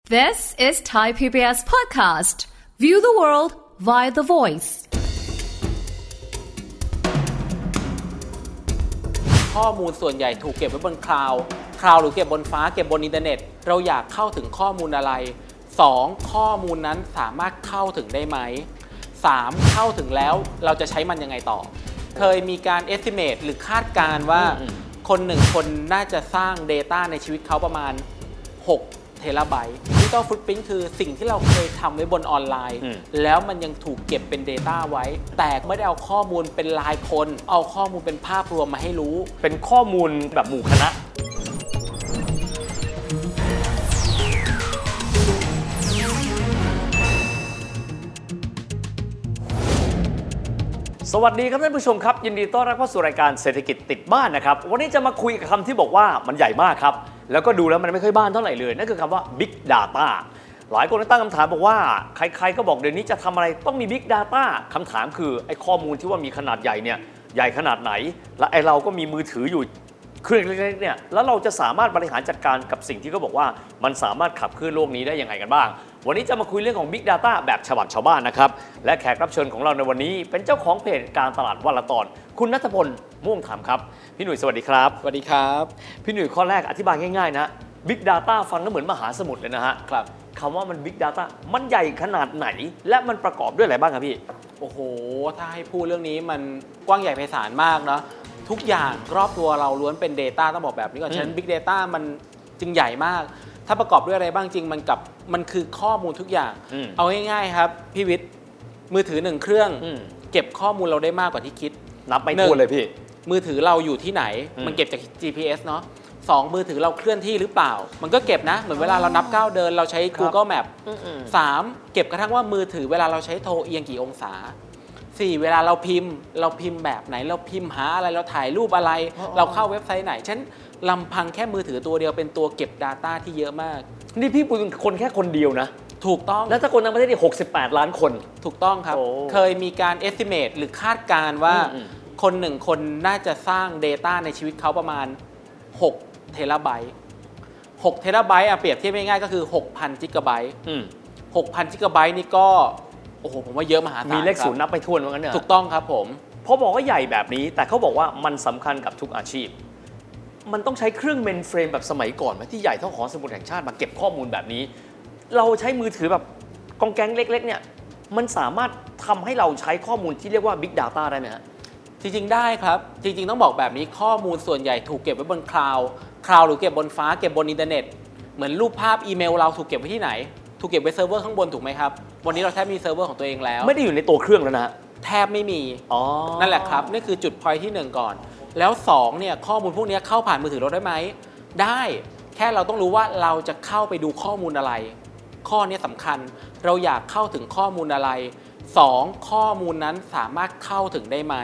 This is Thai PBS podcast. View the world via the voice. ข้อมูลส่วนใหญ่ถูกเก็บไว้บนคลาวด์หรือเก็บบนฟ้าเก็บบนอินเทอร์เน็ตเราอยากเข้าถึงข้อมูลอะไร2ข้อมูลนั้นสามารถเข้าถึงได้ไหม3เข้าถึงแล้วเราจะใช้มันยังไงต่อเคยมีการ estimate หรือคาดการณ์ว่าคน1คนน่าจะสร้าง Data ในชีวิตเขาประมาณ6 เทราไบต์ Digital Footprint คือสิ่งที่เราเคยทำไว้บนออนไลน์แล้วมันยังถูกเก็บเป็น Data ไว้แต่ไม่ได้เอาข้อมูลเป็นรายคนเอาข้อมูลเป็นภาพรวมมาให้รู้เป็นข้อมูลแบบหมู่คณะสวัสดีครับท่านผู้ชมครับยินดีต้อนรับเข้าสู่รายการเศรษฐกิจติดบ้านนะครับวันนี้จะมาคุยกับคำที่บอกว่ามันใหญ่มากครับแล้วก็ดูแล้วมันไม่ค่อยบ้านเท่าไหร่เลยนั่นคือคำว่า Big Data หลายคนตั้งคำถามบอกว่าใครๆก็บอกเดี๋ยวนี้จะทำอะไรต้องมี Big Data คำถามคือไอ้ข้อมูลที่ว่ามีขนาดใหญ่เนี่ยใหญ่ขนาดไหนและไอ้เราก็มีมือถืออยู่เครื่องเล็กๆเนี่ยแล้วเราจะสามารถบริหารจัดการกับสิ่งที่เขาบอกว่ามันสามารถขับเคลื่อนโลกนี้ได้ยังไงกันบ้างวันนี้จะมาคุยเรื่องของ Big Data แบบฉบับชาวบ้านนะครับและแขกรับเชิญของเราในวันนี้เป็นเจ้าของเพจการตลาดวันละตอนคุณณัฐพลม่วงธรรมครับพี่หนุ่ยสวัสดีครับสวัสดีครับพี่หนุ่ยข้อแรกอธิบายง่ายๆนะ Big Data ฟังก็เหมือนมหาสมุทรเลยนะฮะครับคำว่ามัน Big Data มันใหญ่ขนาดไหนและมันประกอบด้วยอะไรบ้างครับพี่โอ้โหถ้าให้พูดเรื่องนี้มันกว้างใหญ่ไพศาลมากเนาะทุกอย่างรอบตัวเราล้วนเป็น Data ต้องบอกแบบนี้ก่อนฉะนั้น Big Data มันจึงใหญ่มากถ้าประกอบด้วยอะไรบ้างจริงมันคือข้อมูลทุกอย่างเอาง่ายๆครับพี่วิทย์มือถือ1เครื่องเก็บข้อมูลเราได้มากกว่าที่คิดนับไม่ถ้วนเลยพี่มือถือเราอยู่ที่ไหนมันเก็บจาก GPS เนาะ2มือถือเราเคลื่อนที่หรือเปล่ามันก็เก็บนะเหมือนเวลาเรานับก้าวเดินเราใช้ Google Map 3เก็บกระทั่งว่ามือถือเวลาเราใช้โทรเอียงกี่องศา4เวลาเราพิมพ์แบบไหนเราพิมพ์หาอะไรเราถ่ายรูปอะไรเราเข้าเว็บไซต์ไหนฉันลำพังแค่มือถือตัวเดียวเป็นตัวเก็บ Data ที่เยอะมากนี่พี่เป็นคนแค่คนเดียวนะถูกต้องแล้วถ้าคนทั้งประเทศนี่68ล้านคนถูกต้องครับเคยมีการ estimate หรือคาดการณ์ว่าคน1คนน่าจะสร้าง Data ในชีวิตเขาประมาณ6 เทราไบต์6 เทราไบต์เปรียบเทียบง่ายๆก็คือ 6,000 จิกะไบต์6,000 จิกะไบต์นี่ก็โอ้โหผมว่าเยอะมหาศาลมีเลขศูนย์นับไม่ถ้วนว่างั้นเนี่ยถูกต้องครับผมพอบอกว่าใหญ่แบบนี้แต่เขาบอกว่ามันสำคัญกับทุกอาชีพมันต้องใช้เครื่องเมนเฟรมแบบสมัยก่อนไหมที่ใหญ่เท่าหอสมุดแห่งชาติมาเก็บข้อมูลแบบนี้เราใช้มือถือแบบกองแก๊งเล็กๆเนี่ยมันสามารถทำให้เราใช้ข้อมูลที่เรียกว่า Big Data ได้ไหมฮะจริงๆได้ครับจริงๆต้องบอกแบบนี้ข้อมูลส่วนใหญ่ถูกเก็บไว้บนคลาวด์หรือเก็บบนฟ้าเก็บบนอินเทอร์เน็ตเหมือนรูปภาพอีเมลเราถูกเก็บไว้ที่ไหนถูกเก็บไว้เซิร์ฟเวอร์ข้างบนถูกไหมครับวันนี้เราแทบมีเซิร์ฟเวอร์ของตัวเองแล้วไม่ได้อยู่ในตัวเครื่องแล้วนะแทบไม่มีนั่นแหละครับนี่คือจุดพอยท์ที่1ก่อนแล้ว2เนี่ยข้อมูลพวกนี้เข้าผ่านมือถือเราได้ไหมได้แค่เราต้องรู้ว่าเราจะเข้าไปดูข้อมูลอะไรข้อนี้สำคัญเราอยากเข้าถึงข้อมูลอะไร2ข้อมูลนั้นสามารถเข้าถึงได้ไหม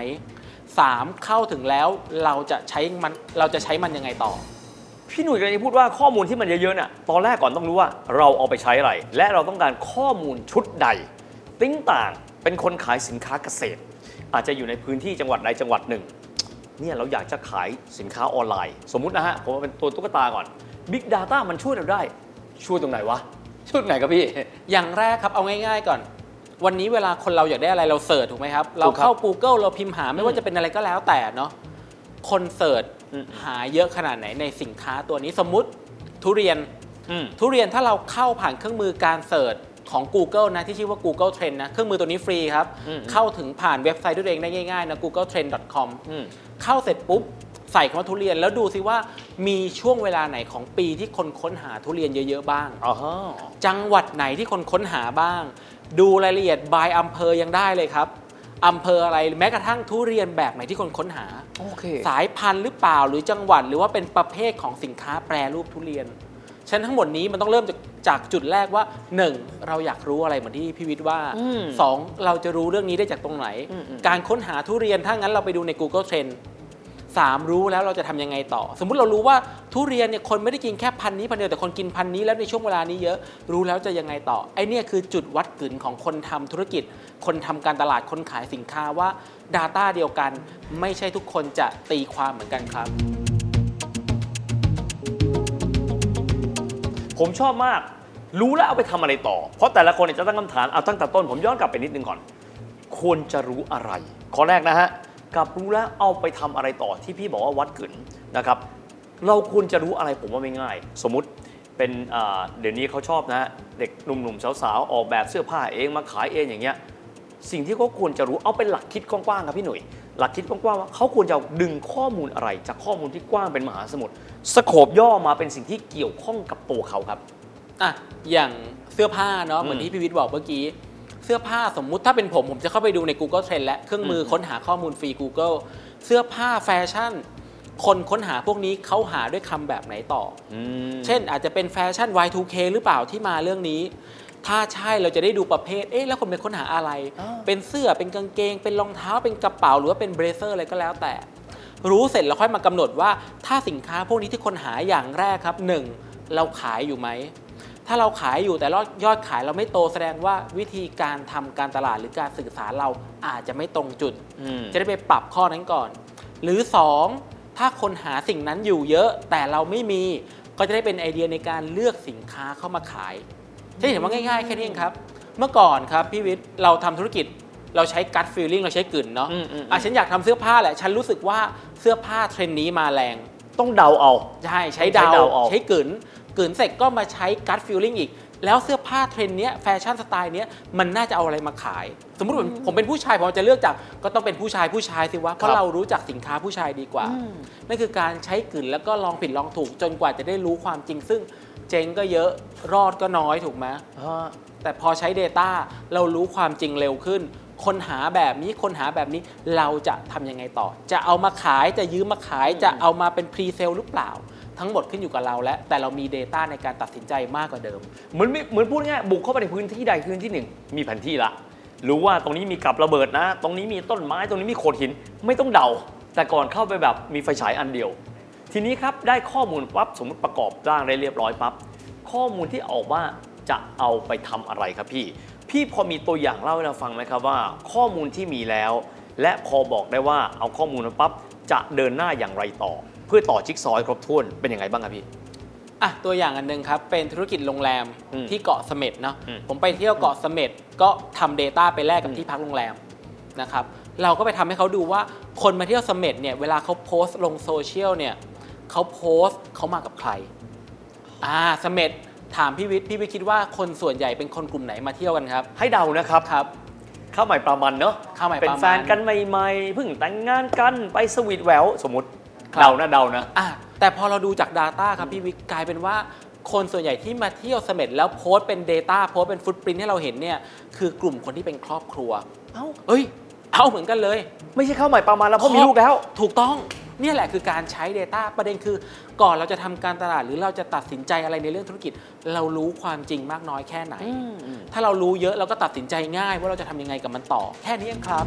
3เข้าถึงแล้วเราจะใช้มันยังไงต่อพี่หนุ่ยกำลังจะพูดว่าข้อมูลที่มันเยอะๆเนี่ยตอนแรกก่อนต้องรู้ว่าเราเอาไปใช้อะไรและเราต้องการข้อมูลชุดใดติ้งต่างเป็นคนขายสินค้าเกษตรอาจจะอยู่ในพื้นที่จังหวัดใดจังหวัดหนึ่งเนี่ยเราอยากจะขายสินค้าออนไลน์สมมุตินะฮะผมเป็นตัวตุ๊กตาก่อน Big Data มันช่วยเราได้ช่วยตรงไหนวะช่วยตรงไหนครับพี่อย่างแรกครับเอาง่ายๆก่อนวันนี้เวลาคนเราอยากได้อะไรเราเสิร์ชถูกไหมครับเราเข้า Google เราพิมพ์หาไม่ว่าจะเป็นอะไรก็แล้วแต่เนาะคนเสิร์ชหาเยอะขนาดไหนในสินค้าตัวนี้สมมุติทุเรียนถ้าเราเข้าผ่านเครื่องมือการเสิร์ชของ Google นะที่ชื่อว่า Google Trend นะเครื่องมือตัวนี้ฟรีครับเข้าถึงผ่านเว็บไซต์ด้วยเองได้ง่ายๆนะ googletrend.com เข้าเสร็จปุ๊บใส่คำว่าทุเรียนแล้วดูซิว่ามีช่วงเวลาไหนของปีที่คนค้นหาทุเรียนเยอะๆบ้างจังหวัดไหนที่คนค้นหาบ้างดูรายละเอียด by อำเภอยังได้เลยครับอำเภออะไรแม้กระทั่งทุเรียนแบบไหนที่คนค้นหาสายพันธุ์หรือเปล่าหรือจังหวัดหรือว่าเป็นประเภทของสินค้าแปรรูปทุเรียนฉะนั้นทั้งหมดนี้มันต้องเริ่มจากจุดแรกว่า1เราอยากรู้อะไรเหมือนที่พี่วิทย์ว่า2เราจะรู้เรื่องนี้ได้จากตรงไหนการค้นหาทุเรียนถ้างั้นเราไปดูใน Google Trend 3รู้แล้วเราจะทำยังไงต่อสมมุติเรารู้ว่าทุเรียนเนี่ยคนไม่ได้กินแค่พันธุ์นี้พันธุ์เดียวแต่คนกินพันธุ์นี้แล้วในช่วงเวลานี้เยอะรู้แล้วจะยังไงต่อไอ้นี่คือจุดวัดกึ่นของคนทำธุรกิจคนทำการตลาดคนขายสินค้าว่า Data เดียวกันไม่ใช่ทุกคนจะตีความเหมือนกันครับผมชอบมากรู้แล้วเอาไปทำอะไรต่อเพราะแต่ละคนจะตั้งคำถามเอาตั้งแต่ต้นผมย้อนกลับไปนิดนึงก่อนควรจะรู้อะไรข้อแรกนะฮะกับรู้แล้วเอาไปทำอะไรต่อที่พี่บอกว่าวัดกึ๋นนะครับเราควรจะรู้อะไรผมว่าไม่ง่ายสมมุติเป็นเดี๋ยวนี้เขาชอบนะเด็กหนุ่มๆสาวๆออกแบบเสื้อผ้าเองมาขายเองอย่างเงี้ยสิ่งที่เขาควรจะรู้เอาเป็นหลักคิดกว้างๆครับพี่หนุ่ยหลักคิดกว้างๆว่าเขาควรจะดึงข้อมูลอะไรจากข้อมูลที่กว้างเป็นมหาสมุทรสโคปย่อมาเป็นสิ่งที่เกี่ยวข้องกับตัวเขาครับอย่างเสื้อผ้าเนาะเหมือนที่พี่วิทย์บอกเมื่อกี้เสื้อผ้าสมมุติถ้าเป็นผมจะเข้าไปดูใน Google Trend และเครื่องมือค้นหาข้อมูลฟรี Google เสื้อผ้าแฟชั่นคนค้นหาพวกนี้เขาหาด้วยคำแบบไหนต่อเช่นอาจจะเป็นแฟชั่น Y2K หรือเปล่าที่มาเรื่องนี้ถ้าใช่เราจะได้ดูประเภทแล้วคนไปค้นหาอะไรเป็นเสื้อเป็นกางเกงเป็นรองเท้าเป็นกระเป๋าหรือว่าเป็นเบรเซอร์อะไรก็แล้วแต่รู้เสร็จแล้วค่อยมากำหนดว่าถ้าสินค้าพวกนี้ที่คนหาอย่างแรกครับ1เราขายอยู่ไหมถ้าเราขายอยู่แต่ยอดขายเราไม่โตแสดงว่าวิธีการทำการตลาดหรือการสื่อสารเราอาจจะไม่ตรงจุดจะได้ไปปรับข้อนั้นก่อนหรือ2ถ้าคนหาสิ่งนั้นอยู่เยอะแต่เราไม่มีก็จะได้เป็นไอเดียในการเลือกสินค้าเข้ามาขายจะเห็นว่าง่ายๆแค่นี้เองครับเมื่อก่อนครับพี่วิทย์เราทำธุรกิจเราใช้ gut feeling เราใช้กลิ่นเนาะฉันอยากทำเสื้อผ้าแหละฉันรู้สึกว่าเสื้อผ้าเทรนด์นี้มาแรงต้องเดาเอาใช้เดาใช้กลิ่นเสร็จก็มาใช้ gut feeling อีกแล้วเสื้อผ้าเทรนด์เนี้ยแฟชั่นสไตล์เนี้ยมันน่าจะเอาอะไรมาขายสมมุติผมเป็นผู้ชายผมจะเลือกจากก็ต้องเป็นผู้ชายสิวะเพราะเรารู้จักสินค้าผู้ชายดีกว่านั่นคือการใช้กลิ่นแล้วก็ลองผิดลองถูกจนกว่าจะได้รู้ความจริงซึ่งเจ๊งก็เยอะรอดก็น้อยถูกไหมแต่พอใช้ Data เรารู้ความจริงเร็วขึ้นคนหาแบบนี้เราจะทำยังไงต่อจะเอามาขายจะยืมมาขายจะเอามาเป็นพรีเซลหรือเปล่าทั้งหมดขึ้นอยู่กับเราและแต่เรามี Data ในการตัดสินใจมากกว่าเดิมเหมือนพูดง่ายบุกเข้าไปในพื้นที่ใดพื้นที่หนึ่งมีแผนที่ละรู้ว่าตรงนี้มีกับระเบิดนะตรงนี้มีต้นไม้ตรงนี้มีโขดหินไม่ต้องเดาแต่ก่อนเข้าไปแบบมีไฟฉายอันเดียวทีนี้ครับได้ข้อมูลปั๊บสมมติประกอบร่างได้เรียบร้อยปั๊บข้อมูลที่ออกว่าจะเอาไปทำอะไรครับพี่พอมีตัวอย่างเล่าให้เราฟังไหมครับว่าข้อมูลที่มีแล้วและพอบอกได้ว่าเอาข้อมูลมาปั๊บจะเดินหน้าอย่างไรต่อเพื่อต่อจิ๊กซอว์ครบถ้วนเป็นยังไงบ้างครับพี่ตัวอย่างอันนึงครับเป็นธุรกิจโรงแรมที่เกาะเสม็ดเนาะผมไปเที่ยวเกาะเสม็ดก็ทำ Data ไปแลกกับที่พักโรงแรมนะครับเราก็ไปทำให้เขาดูว่าคนมาเที่ยวเสม็ดเนี่ยเวลาเขาโพสต์ลงโซเชียลเนี่ยเขาโพสต์เขามากับใครเสม็ดถามพี่วิทย์คิดว่าคนส่วนใหญ่เป็นคนกลุ่มไหนมาเที่ยวกันครับให้เดานะครับเข้าใหม่ประมันเนาะเป็นแฟนกันใหม่ๆเพิ่งแต่งงานกันไปสวีทแหววสมมติเดานะแต่พอเราดูจาก Data ครับพี่วิทย์กลายเป็นว่าคนส่วนใหญ่ที่มาเที่ยวเสม็ดแล้วโพสต์เป็น Data โพสต์เป็นฟุตปรินท์ให้เราเห็นเนี่ยคือกลุ่มคนที่เป็นครอบครัวเอาเหมือนกันเลยไม่ใช่เข้าใหม่ประมาณแล้วเพราะมีลูกแล้วถูกต้องนี่แหละคือการใช้ Data ประเด็นคือก่อนเราจะทำการตลาดหรือเราจะตัดสินใจอะไรในเรื่องธุรกิจเรารู้ความจริงมากน้อยแค่ไหนถ้าเรารู้เยอะเราก็ตัดสินใจง่ายว่าเราจะทำยังไงกับมันต่อแค่นี้เองครับ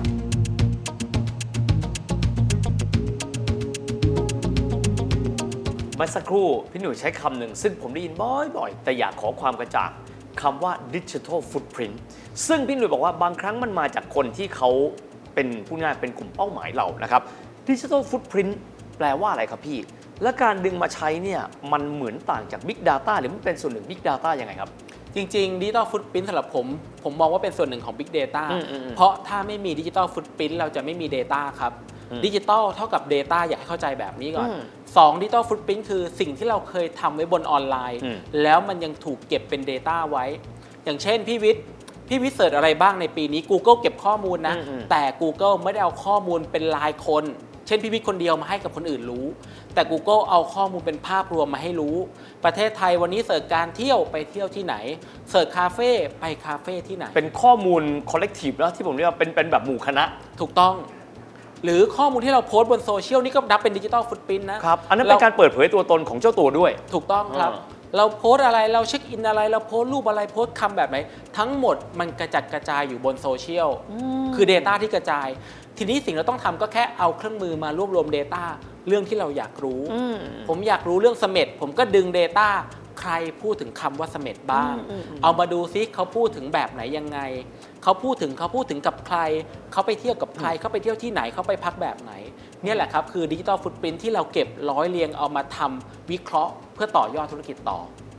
เมื่อสักครู่พี่หนุ่ยใช้คำหนึ่งซึ่งผมได้ยินบ่อยๆแต่อยากขอความกระจ่างคำว่า Digital Footprint ซึ่งพี่หนุ่ยบอกว่าบางครั้งมันมาจากคนที่เขาเป็นผู้ง่ายเป็นกลุ่มเป้าหมายเรานะครับ Digital Footprint แปลว่าอะไรครับพี่และการดึงมาใช้เนี่ยมันเหมือนต่างจาก Big Data หรือมันเป็นส่วนหนึ่ง Big Data ยังไงครับจริงๆ Digital Footprint สำหรับผมมองว่าเป็นส่วนหนึ่งของ Big Data เพราะถ้าไม่มี Digital Footprint เราจะไม่มี Data ครับดิจิตอลเท่ากับ Data อยากให้เข้าใจแบบนี้ก่อน2 Digital Footprint คือสิ่งที่เราเคยทำไว้บนออนไลน์แล้วมันยังถูกเก็บเป็น Data ไว้อย่างเช่นพี่วิทย์เสิร์ชอะไรบ้างในปีนี้ Google เก็บข้อมูลนะแต่ Google ไม่ได้เอาข้อมูลเป็นรายคนเช่นพี่วิทย์คนเดียวมาให้กับคนอื่นรู้แต่ Google เอาข้อมูลเป็นภาพรวมมาให้รู้ประเทศไทยวันนี้เสิร์ชการเที่ยวไปเที่ยวที่ไหนเสิร์ชคาเฟ่ไปคาเฟ่ที่ไหนเป็นข้อมูล collective แล้วที่ผมเรียกว่าเป็นแบบหมู่คณะถูกต้องหรือข้อมูลที่เราโพสต์บนโซเชียลนี่ก็นับเป็นดิจิทัลฟุตปรินท์นะครับอันนั้นเป็นการเปิดเผยตัวตนของเจ้าตัวด้วยถูกต้องครับเราโพสต์อะไรเราเช็คอินอะไรเราโพสต์รูปอะไรโพสต์คำแบบไหนทั้งหมดมันกระจัดกระจายอยู่บนโซเชียลคือ Data ที่กระจายทีนี้สิ่งเราต้องทำก็แค่เอาเครื่องมือมารวบรวม Data เรื่องที่เราอยากรู้ผมอยากรู้เรื่องเสม็ดผมก็ดึง Data ใครพูดถึงคำว่าเสม็ดบ้างเอามาดูซิเขาพูดถึงแบบไหนยังไงเขาพูดถึงกับใครเขาไปเที่ยวกับใครเขาไปเที่ยวที่ไหนเขาไปพักแบบไหนนี่แหละครับคือดิจิทัลฟุตปรินท์ที่เราเก็บร้อยเรียงเอามาทำวิเคราะห์เพื่อต่อยอดธุรกิจต่อ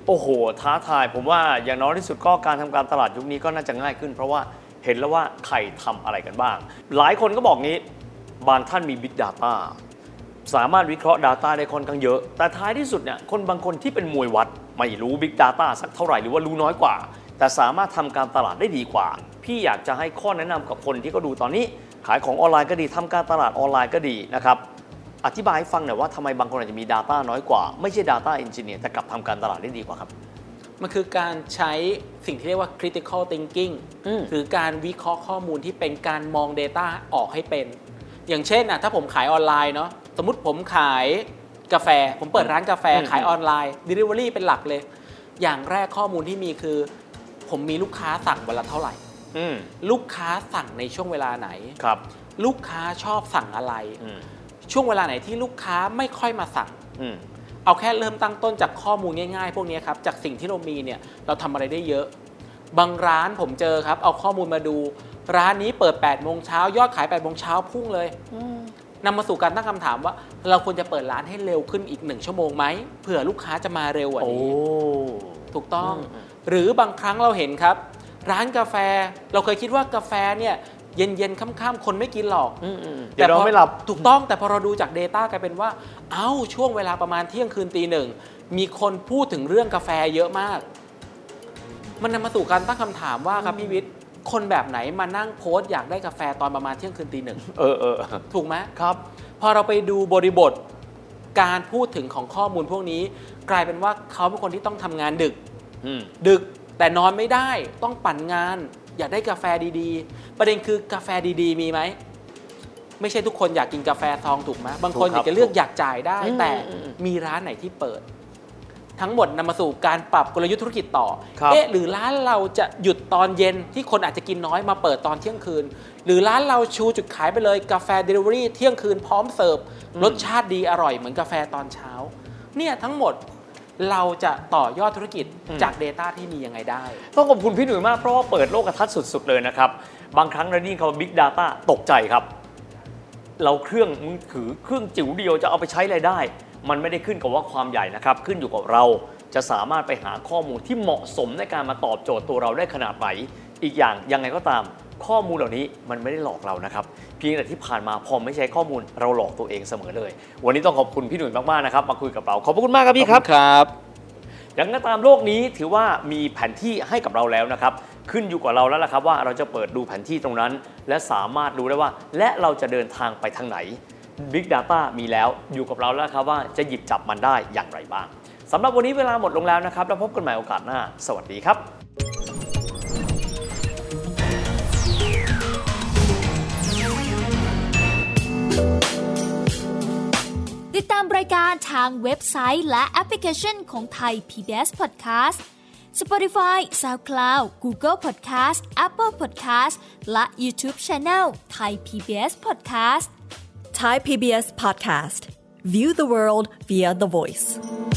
โอ้โหท้าทายผมว่าอย่างน้อยที่สุดก็การทำการตลาดยุคนี้ก็น่าจะง่ายขึ้นเพราะว่าเห็นแล้วว่าใครทำอะไรกันบ้างหลายคนก็บอกงี้บางท่านมี Big Data สามารถวิเคราะห์ Data ได้ค่อนข้างเยอะแต่ท้ายที่สุดเนี่ยคนบางคนที่เป็นมวยวัดไม่รู้ Big Data สักเท่าไหร่หรือว่ารู้น้อยกว่าแต่สามารถทำการตลาดได้ดีกว่าพี่อยากจะให้ข้อแนะนำกับคนที่ก็ดูตอนนี้ขายของออนไลน์ก็ดีทำการตลาดออนไลน์ก็ดีนะครับอธิบายให้ฟังหน่อยว่าทำไมบางคนอาจจะมี Data น้อยกว่าไม่ใช่ Data Engineer แต่กลับทำการตลาดได้ดีกว่าครับมันคือการใช้สิ่งที่เรียกว่า critical thinking คือการวิเคราะห์ข้อมูลที่เป็นการมอง Data ออกให้เป็นอย่างเช่นถ้าผมขายออนไลน์เนาะสมมุติผมขายกาแฟผมเปิดร้านกาแฟขายออนไลน์ Delivery เป็นหลักเลยอย่างแรกข้อมูลที่มีคือผมมีลูกค้าสั่งวันละเท่าไหร่ลูกค้าสั่งในช่วงเวลาไหนครับลูกค้าชอบสั่งอะไรช่วงเวลาไหนที่ลูกค้าไม่ค่อยมาสั่งเอาแค่เริ่มตั้งต้นจากข้อมูลง่ายๆพวกนี้ครับจากสิ่งที่เรามีเนี่ยเราทำอะไรได้เยอะบางร้านผมเจอครับเอาข้อมูลมาดูร้านนี้เปิด 8 โมงเช้ายอดขาย 8 โมงเช้าพุ่งเลยนำมาสู่การตั้งคำถามว่าเราควรจะเปิดร้านให้เร็วขึ้นอีก1ชั่วโมงไหมเผื่อลูกค้าจะมาเร็วกว่านี้ถูกต้องหรือบางครั้งเราเห็นครับร้านกาแฟเราเคยคิดว่ากาแฟเนี่ยเย็นๆค่ำๆคนไม่กินหรอกแต่เราไม่หลับถูกต้องแต่พอเราดูจาก Data กลายเป็นว่าช่วงเวลาประมาณเที่ยงคืนตีหนึ่งมีคนพูดถึงเรื่องกาแฟเยอะมากมันนำมาสู่การตั้งคำถามว่าครับพี่วิทย์คนแบบไหนมานั่งโพสต์อยากได้กาแฟตอนประมาณเที่ยงคืนตีหนึ่งถูกไหมครับพอเราไปดูบริบทการพูดถึงของข้อมูลพวกนี้กลายเป็นว่าเขาเป็นคนที่ต้องทำงานดึกแต่นอนไม่ได้ต้องปั่นงานอยากได้กาแฟดีๆประเด็นคือกาแฟดีๆมีไหมไม่ใช่ทุกคนอยากกินกาแฟซองถูกไหมบางคนอยากจะเลือกอยากจ่ายได้แต่มีร้านไหนที่เปิดทั้งหมดนำมาสู่การปรับกลยุทธ์ธุรกิจต่อหรือร้านเราจะหยุดตอนเย็นที่คนอาจจะกินน้อยมาเปิดตอนเที่ยงคืนหรือร้านเราชูจุดขายไปเลยกาแฟ Delivery เที่ยงคืนพร้อมเสิร์ฟรสชาติดีอร่อยเหมือนกาแฟตอนเช้าเนี่ยทั้งหมดเราจะต่อยอดธุรกิจจาก Data ที่มียังไงได้ต้องขอบคุณพี่หนุ่ยมากเพราะว่าเปิดโลกทัศน์สุดๆเลยนะครับบางครั้งเราได้ยินคำว่า Big Data ตกใจครับเราเครื่องมือถือเครื่องจิ๋วเดียวจะเอาไปใช้อะไรได้มันไม่ได้ขึ้นกับว่าความใหญ่นะครับขึ้นอยู่กับเราจะสามารถไปหาข้อมูลที่เหมาะสมในการมาตอบโจทย์ตัวเราได้ขนาดไหนอีกอย่างยังไงก็ตามข้อมูลเหล่านี้มันไม่ได้หลอกเรานะครับเพียงแต่ที่ผ่านมาพอไม่ใช้ข้อมูลเราหลอกตัวเองเสมอเลยวันนี้ต้องขอบคุณพี่หนุ่ยมากๆนะครับมาคุยกับเราขอบคุณมากครับพี่ครับอย่างนั้นตามโลกนี้ถือว่ามีแผนที่ให้กับเราแล้วนะครับขึ้นอยู่กับเราแล้วล่ะครับว่าเราจะเปิดดูแผนที่ตรงนั้นและสามารถรู้ได้ว่าและเราจะเดินทางไปทางไหน Big Data มีแล้วอยู่กับเราแล้วครับว่าจะหยิบจับมันได้อย่างไรบ้างสำหรับวันนี้เวลาหมดลงแล้วนะครับแล้วพบกันใหม่โอกาสหน้าสวัสดีครับติดตามรายการทางเว็บไซต์และแอปพลิเคชันของไทย PBS Podcast Spotify SoundCloud Google Podcast Apple Podcast และ YouTube Channel Thai PBS Podcast Thai PBS Podcast View the world via the voice